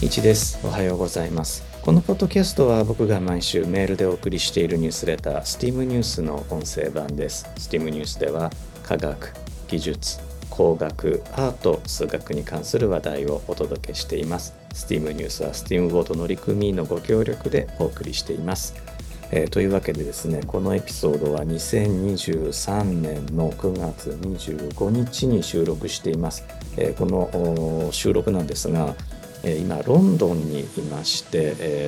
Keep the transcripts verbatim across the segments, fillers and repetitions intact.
いちです。おはようございます。このポッドキャストは僕が毎週メールでお送りしているニュースレター スティーム ニュースの音声版です。スティーム ニュースでは科学、技術、工学、アート、数学に関する話題をお届けしています。スティーム ニュースは スティーム ボート乗組員のご協力でお送りしています。えー、というわけでですね、このエピソードはにせんにじゅうさんねんのくがつにじゅうごにちに収録しています。えー、この収録なんですが、今ロンドンにいまして、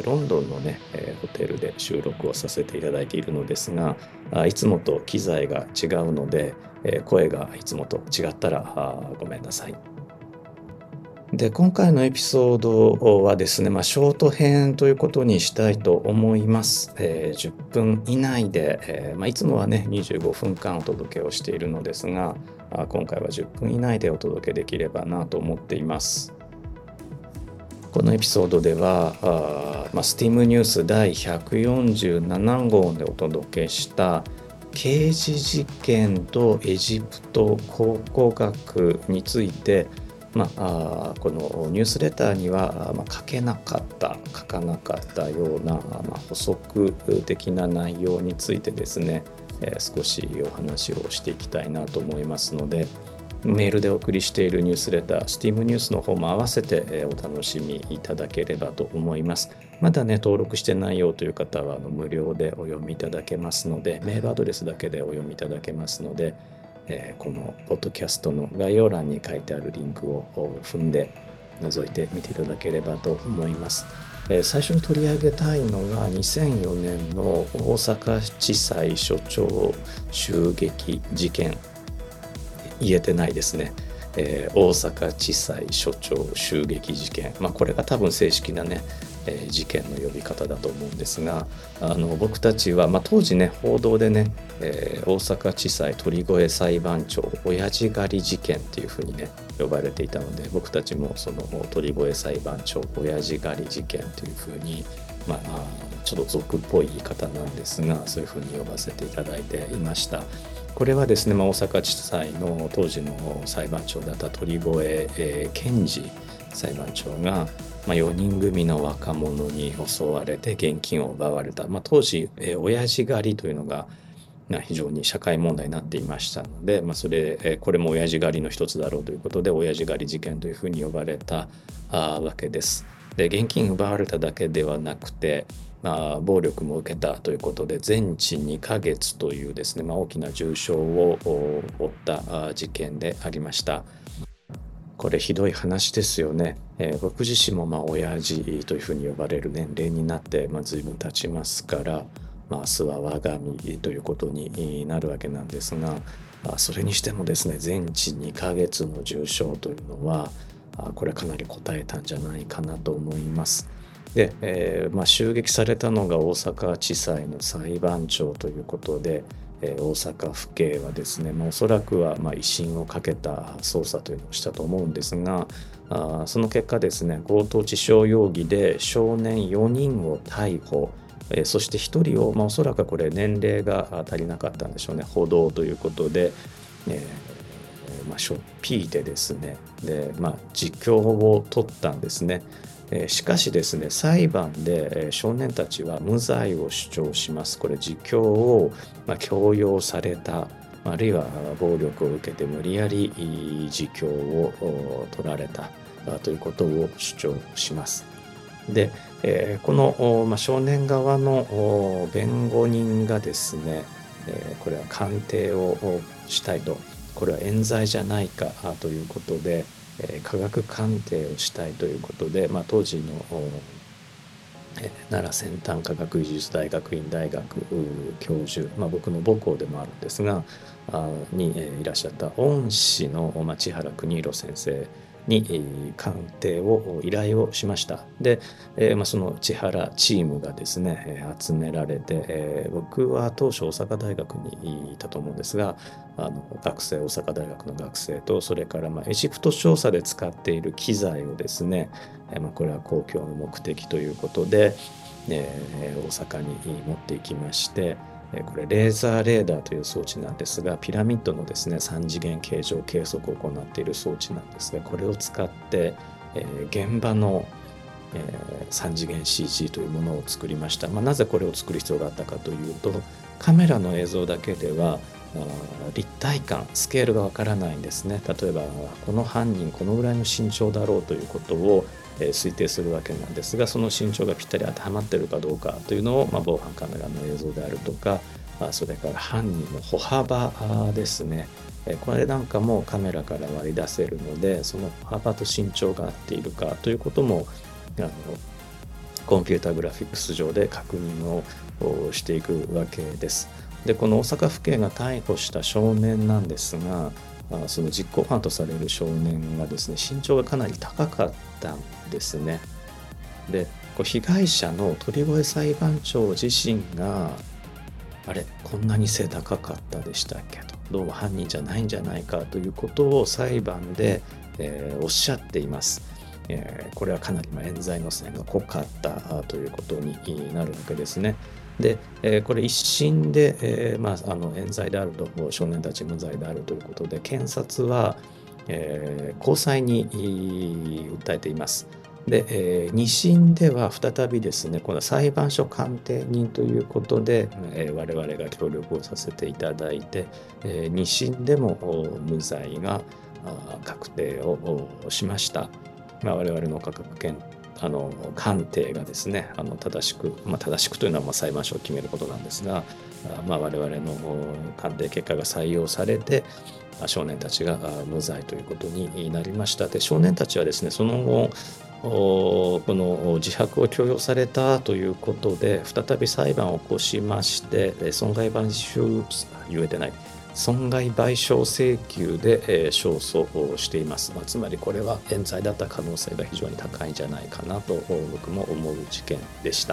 ロンドンのねホテルで収録をさせていただいているのですが、いつもと機材が違うので声がいつもと違ったらごめんなさい。で、今回のエピソードはですね、まあ、ショート編ということにしたいと思います。えー、じゅっぷん以内で、えーまあ、いつもはねにじゅうごふんかんお届けをしているのですが、今回はじゅっぷん以内でお届けできればなと思っています。このエピソードではあ、まあ、スティーム ニュースだいひゃくよんじゅうななごうでお届けした刑事事件とエジプト考古学について、まあ、あこのニュースレターには、まあ、書けなかった書かなかったような、まあ、補足的な内容についてですね、えー、少しお話をしていきたいなと思いますので、メールでお送りしているニュースレター スティーム ニュースの方も合わせてお楽しみいただければと思います。まだね登録してないよという方はあの無料でお読みいただけますので、メールアドレスだけでお読みいただけますので、えー、このポッドキャストの概要欄に書いてあるリンクを踏んで覗いてみていただければと思います。えー、最初に取り上げたいのがにせんよねんの大阪地裁所長襲撃事件。言えてないですね、えー、大阪地裁所長襲撃事件、まあ、これが多分正式なね、えー、事件の呼び方だと思うんですが、あの僕たちは、まあ、当時ね報道でね、えー、大阪地裁鳥越裁判長親父狩り事件っていうふうにね呼ばれていたので、僕たちもその鳥越裁判長親父狩り事件というふうに、まあ、ちょっと俗っぽい言い方なんですが、そういうふうに呼ばせていただいていました。これはですね、まあ、大阪地裁の当時の裁判長だった鳥越、えー、健二裁判長が、まあ、よにん組の若者に襲われて現金を奪われた、まあ、当時、えー、親父狩りというのが非常に社会問題になっていましたので、まあ、それ、えー、これも親父狩りの一つだろうということで親父狩り事件というふうに呼ばれたあわけです。で、現金奪われただけではなくて、まあ、暴力も受けたということで全治にかげつというですね、まあ、大きな重傷を負った事件でありました。これひどい話ですよね。えー、僕自身もまあ親父というふうに呼ばれる年齢になって、まあ、随分経ちますから、まあ、明日は我が身ということになるわけなんですが、それにしてもですね、全治にかげつの重傷というのはこれかなり応えたんじゃないかなと思います。で、えーまあ、襲撃されたのが大阪地裁の裁判長ということで、えー、大阪府警はですね、まあ、おそらくはまあ威信をかけた捜査というのをしたと思うんですが、あその結果ですね、強盗致傷容疑で少年よにんを逮捕、えー、そしてひとりを、まあ、おそらくこれ年齢が足りなかったんでしょうね、補導ということで、えーまあ、しょっぴいてですね、で、まあ、実況を取ったんですね。しかしですね、裁判で少年たちは無罪を主張します。これ自供を強要された、あるいは暴力を受けて無理やり自供を取られたということを主張します。で、この少年側の弁護人がですね、これは鑑定をしたいと、これは冤罪じゃないかということで、科学鑑定をしたいということで、まあ、当時の奈良先端科学技術大学院大学教授、まあ、僕の母校でもあるんですがにいらっしゃった恩師の千原邦弘先生に鑑定を依頼をしました。で、えーまあ、その千原チームがですね集められて、えー、僕は当初大阪大学にいたと思うんですが、あの学生大阪大学の学生と、それからまあエジプト調査で使っている機材をですね、えーまあ、これは公共の目的ということで、えー、大阪に持っていきまして、これレーザーレーダーという装置なんですが、ピラミッドのですねさん次元形状計測を行っている装置なんですが、これを使って、えー、現場のえー、さん次元 シージー というものを作りました。まあ、なぜこれを作る必要があったかというと、カメラの映像だけでは立体感、スケールがわからないんですね。例えばこの犯人このぐらいの身長だろうということを推定するわけなんですが、その身長がぴったり当てはまっているかどうかというのを、まあ、防犯カメラの映像であるとか、それから犯人の歩幅ですね、これなんかもカメラから割り出せるので、その歩幅と身長が合っているかということもあのコンピュータグラフィックス上で確認をしていくわけです。でこの大阪府警が逮捕した少年なんですが、その実行犯とされる少年がですね、身長がかなり高かったんですね。でこう被害者の鳥越裁判長自身が、あれこんなに背高かったでしたっけと、どうも犯人じゃないんじゃないかということを裁判で、えー、おっしゃっています。えー、これはかなり冤罪の線が濃かったということになるわけですね。で、えー、これ一審で、えーまあ、あの冤罪であると、少年たち無罪であるということで、検察は、えー、高裁に訴えています。で、えー、二審では再びですね、この裁判所鑑定人ということで、えー、我々が協力をさせていただいて、えー、二審でも無罪が確定をしました。まあ、我々の価格検あの鑑定がですね、あの正しく、まあ、正しくというのはまあ裁判所を決めることなんですが、まあ、我々の鑑定結果が採用されて、少年たちが無罪ということになりました。で、少年たちはですね、その後この自白を強要されたということで再び裁判を起こしまして、損害賠償言えてない損害賠償請求で勝訴をしています。まあ、つまりこれは冤罪だった可能性が非常に高いんじゃないかなと僕も思う事件でした。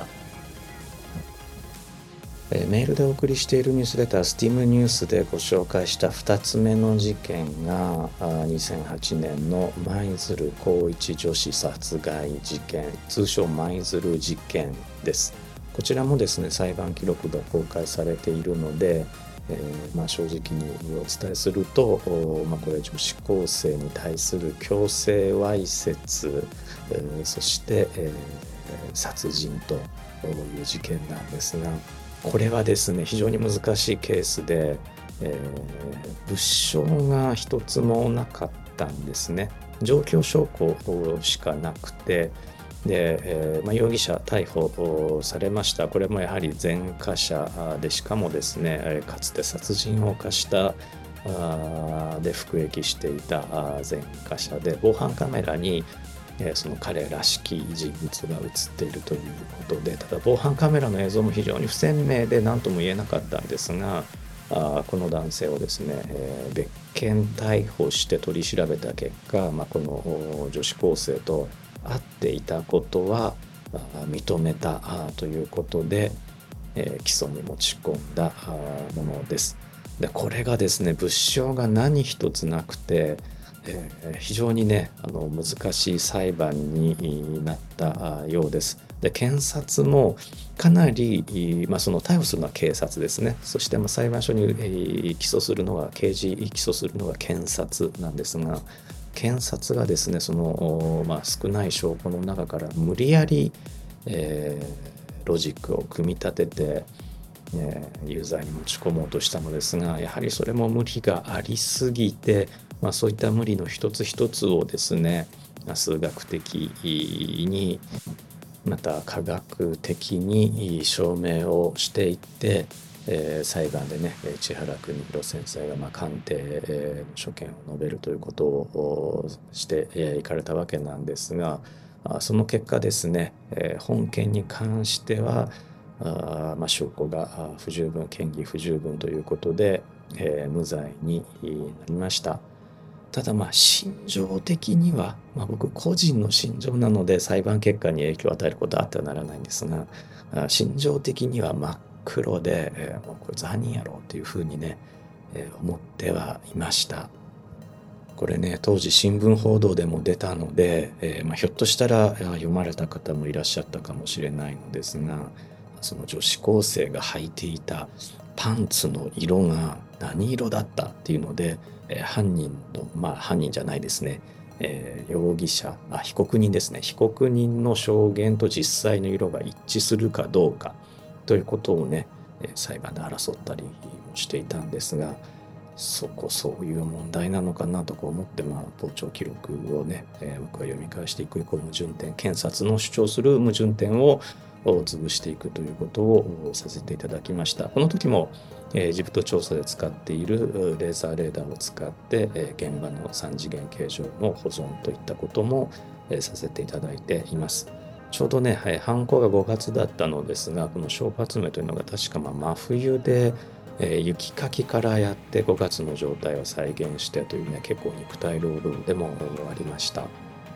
メールでお送りしているニュースレター スティーム ニュースでご紹介したふたつめの事件がにせんはちねんの舞鶴高一女子殺害事件、通称舞鶴事件です。こちらもですね、裁判記録が公開されているので、えーまあ、正直にお伝えすると、まあ、これ女子高生に対する強制わいせつ、えー、そして、えー、殺人という事件なんですが、これはですね非常に難しいケースで、えー、物証が一つもなかったんですね。状況証拠しかなくて、で、えーまあ、容疑者逮捕されました。これもやはり前科者で、しかもですねかつて殺人を犯したで服役していた前科者で、防犯カメラにその彼らしき人物が映っているということで、ただ防犯カメラの映像も非常に不鮮明で何とも言えなかったんですが、あこの男性をですね、えー、別件逮捕して取り調べた結果、まあ、この女子高生と会っていたことは認めたということで、えー、起訴に持ち込んだものです。でこれがですね物証が何一つなくて、えー、非常にねあの難しい裁判になったようです。で検察もかなり、まあ、その逮捕するのは警察ですね。そしてまあ裁判所に、えー、起訴するのは刑事起訴するのが検察なんですが、検察がですねその、まあ、少ない証拠の中から無理やり、えー、ロジックを組み立てて、えー、有罪に持ち込もうとしたのですが、やはりそれも無理がありすぎて、まあ、そういった無理の一つ一つをですね数学的にまた科学的に証明をしていって、えー、裁判でね千原邦弘先生がまあ鑑定、えー、所見を述べるということをしてい、えー、かれたわけなんですが、その結果ですね、えー、本件に関してはあ、まあ、証拠が不十分、嫌疑不十分ということで、えー、無罪になりました。ただまあ心情的には、まあ、僕個人の心情なので裁判結果に影響を与えることはあってはならないんですが、心情的には真っ黒で、えー、もうこいつ犯人やろうっていうふうにね、えー、思ってはいました。これね当時新聞報道でも出たので、えーまあ、ひょっとしたら読まれた方もいらっしゃったかもしれないのですが、その女子高生が履いていたパンツの色が何色だったっていうので、えー、犯人のまあ犯人じゃないですね、 えー、容疑者あ被告人ですね被告人の証言と実際の色が一致するかどうかということをね裁判で争ったりもしていたんですが、そこそういう問題なのかなとか思って、まあ、傍聴記録をね、えー、僕は読み返していく矛盾点、検察の主張する矛盾点を潰していくということをさせていただきました。この時もエジプト調査で使っているレーザーレーダーを使って現場のさん次元形状の保存といったこともさせていただいています。ちょうどね、はい、犯行がごがつだったのですが、この証拠集めというのが確かまあ真冬で、えー、雪かきからやってごがつの状態を再現してというね、結構肉体労働でもありました。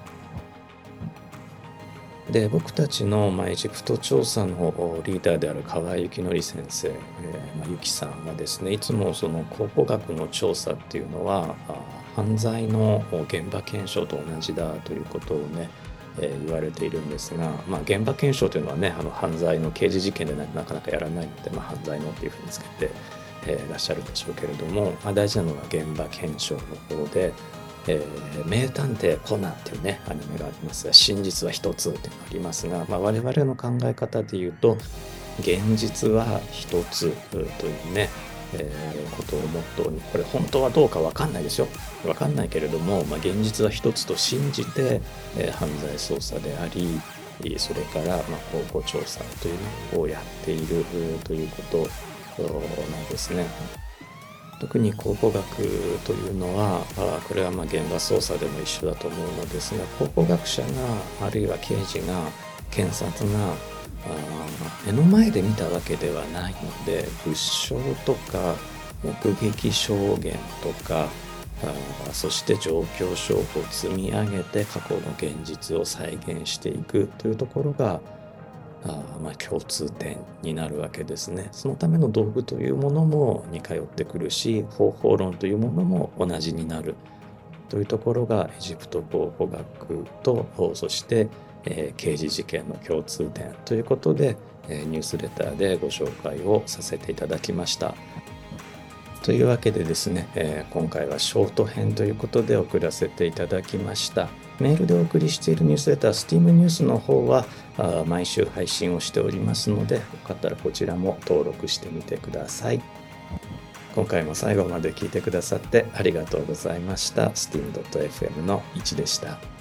で僕たちの、まあ、エジプト調査のリーダーである川合幸則先生、えーまあ、ゆきさんはですね、いつもその考古学の調査っていうのは犯罪の現場検証と同じだということをね、えー、言われているんですが、まあ、現場検証というのはね、あの犯罪の刑事事件でなかなかやらないので、まあ、犯罪のっていうふうにつけて、えー、いらっしゃるでしょうけれども、まあ、大事なのが現場検証の方で、えー、名探偵コナンっていうねアニメがありますが、真実は一つっていうのがありますが、まあ、我々の考え方で言うと現実は一つというね、えー、ことをモットーに、これ本当はどうか分かんないですよ、分かんないけれども、まあ、現実は一つと信じて、えー、犯罪捜査であり、それからまあ考古調査というのをやっているということなんですね。特に考古学というのは、これはまあ現場捜査でも一緒だと思うのですが、考古学者があるいは刑事が検察が目の前で見たわけではないので、物証とか目撃証言とかそして状況証拠を積み上げて過去の現実を再現していくというところがあまあ共通点になるわけですね。そのための道具というものも似通ってくるし、方法論というものも同じになるというところがエジプト考古学と、そして、えー、刑事事件の共通点ということで、えー、ニュースレターでご紹介をさせていただきました。というわけでですね、えー、今回はショート編ということで送らせていただきました。メールでお送りしているニュースレター スティーム ニュースの方は毎週配信をしておりますので、よかったらこちらも登録してみてください。今回も最後まで聞いてくださってありがとうございました。スティーム ドット エフエム のいちでした。